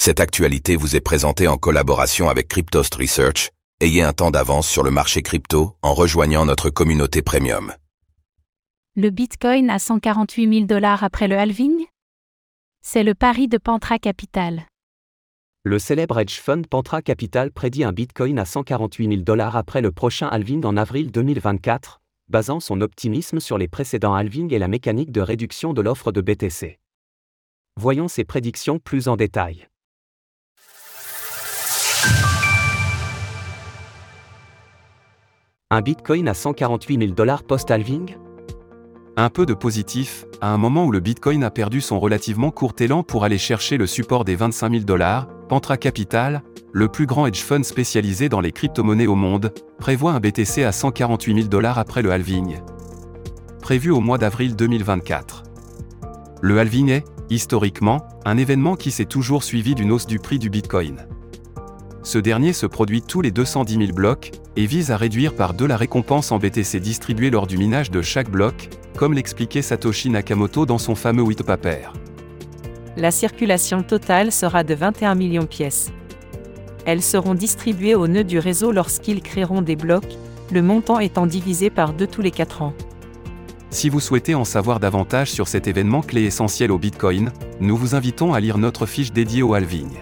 Cette actualité vous est présentée en collaboration avec Cryptost Research. Ayez un temps d'avance sur le marché crypto en rejoignant notre communauté premium. Le Bitcoin à 148 000 $ après le halving? C'est le pari de Pantra Capital. Le célèbre hedge fund Pantra Capital prédit un Bitcoin à 148 000 $ après le prochain halving en avril 2024, basant son optimisme sur les précédents halvings et la mécanique de réduction de l'offre de BTC. Voyons ces prédictions plus en détail. Un Bitcoin à 148 000 $ post-halving? Un peu de positif, à un moment où le Bitcoin a perdu son relativement court élan pour aller chercher le support des 25 000 $, Pantra Capital, le plus grand hedge fund spécialisé dans les crypto-monnaies au monde, prévoit un BTC à 148 000 $ après le halving. Prévu au mois d'avril 2024. Le halving est, historiquement, un événement qui s'est toujours suivi d'une hausse du prix du Bitcoin. Ce dernier se produit tous les 210 000 blocs, et vise à réduire par 2 la récompense en BTC distribuée lors du minage de chaque bloc, comme l'expliquait Satoshi Nakamoto dans son fameux white paper. La circulation totale sera de 21 millions de pièces. Elles seront distribuées aux nœuds du réseau lorsqu'ils créeront des blocs, le montant étant divisé par 2 tous les 4 ans. Si vous souhaitez en savoir davantage sur cet événement clé essentiel au Bitcoin, nous vous invitons à lire notre fiche dédiée au halving.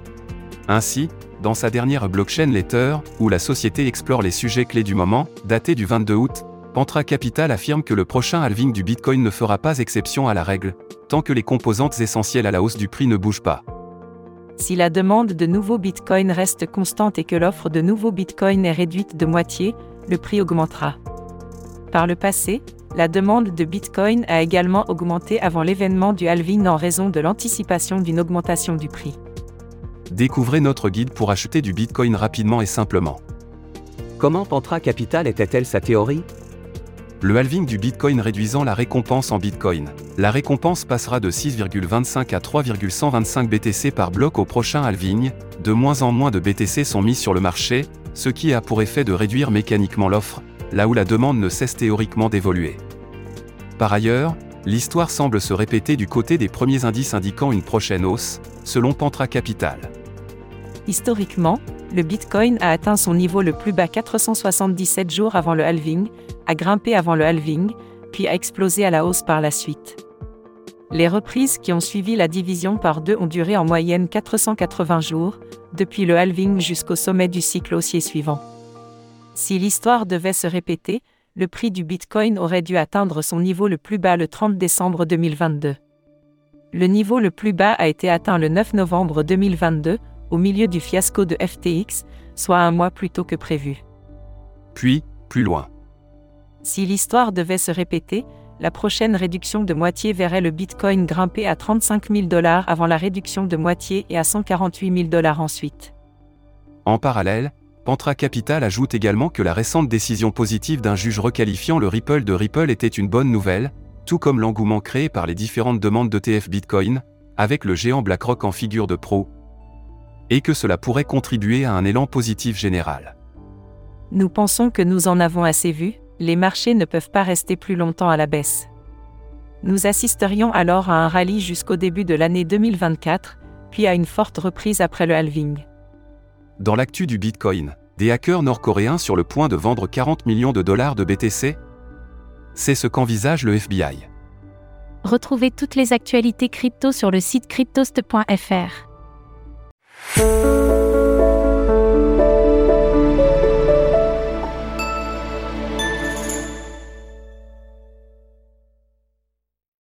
Ainsi, dans sa dernière blockchain letter, où la société explore les sujets clés du moment, datée du 22 août, Pantra Capital affirme que le prochain halving du Bitcoin ne fera pas exception à la règle, tant que les composantes essentielles à la hausse du prix ne bougent pas. Si la demande de nouveaux Bitcoin reste constante et que l'offre de nouveaux Bitcoin est réduite de moitié, le prix augmentera. Par le passé, la demande de Bitcoin a également augmenté avant l'événement du halving en raison de l'anticipation d'une augmentation du prix. Découvrez notre guide pour acheter du Bitcoin rapidement et simplement. Comment Pantra Capital était-elle sa théorie? Le halving du Bitcoin réduisant la récompense en Bitcoin. La récompense passera de 6,25 à 3,125 BTC par bloc au prochain halving. De moins en moins de BTC sont mis sur le marché, ce qui a pour effet de réduire mécaniquement l'offre, là où la demande ne cesse théoriquement d'évoluer. Par ailleurs, l'histoire semble se répéter du côté des premiers indices indiquant une prochaine hausse, selon Pantra Capital. Historiquement, le Bitcoin a atteint son niveau le plus bas 477 jours avant le halving, a grimpé avant le halving, puis a explosé à la hausse par la suite. Les reprises qui ont suivi la division par 2 ont duré en moyenne 480 jours, depuis le halving jusqu'au sommet du cycle haussier suivant. Si l'histoire devait se répéter, le prix du Bitcoin aurait dû atteindre son niveau le plus bas le 30 décembre 2022. Le niveau le plus bas a été atteint le 9 novembre 2022, au milieu du fiasco de FTX, soit un mois plus tôt que prévu. Puis, plus loin. Si l'histoire devait se répéter, la prochaine réduction de moitié verrait le Bitcoin grimper à 35 000 $ avant la réduction de moitié et à 148 000 $ ensuite. En parallèle, Pantra Capital ajoute également que la récente décision positive d'un juge requalifiant le Ripple de Ripple était une bonne nouvelle, tout comme l'engouement créé par les différentes demandes d'ETF Bitcoin, avec le géant BlackRock en figure de proue, et que cela pourrait contribuer à un élan positif général. Nous pensons que nous en avons assez vu, les marchés ne peuvent pas rester plus longtemps à la baisse. Nous assisterions alors à un rallye jusqu'au début de l'année 2024, puis à une forte reprise après le halving. Dans l'actu du Bitcoin, des hackers nord-coréens sur le point de vendre 40 millions de dollars de BTC? C'est ce qu'envisage le FBI. Retrouvez toutes les actualités crypto sur le site cryptost.fr.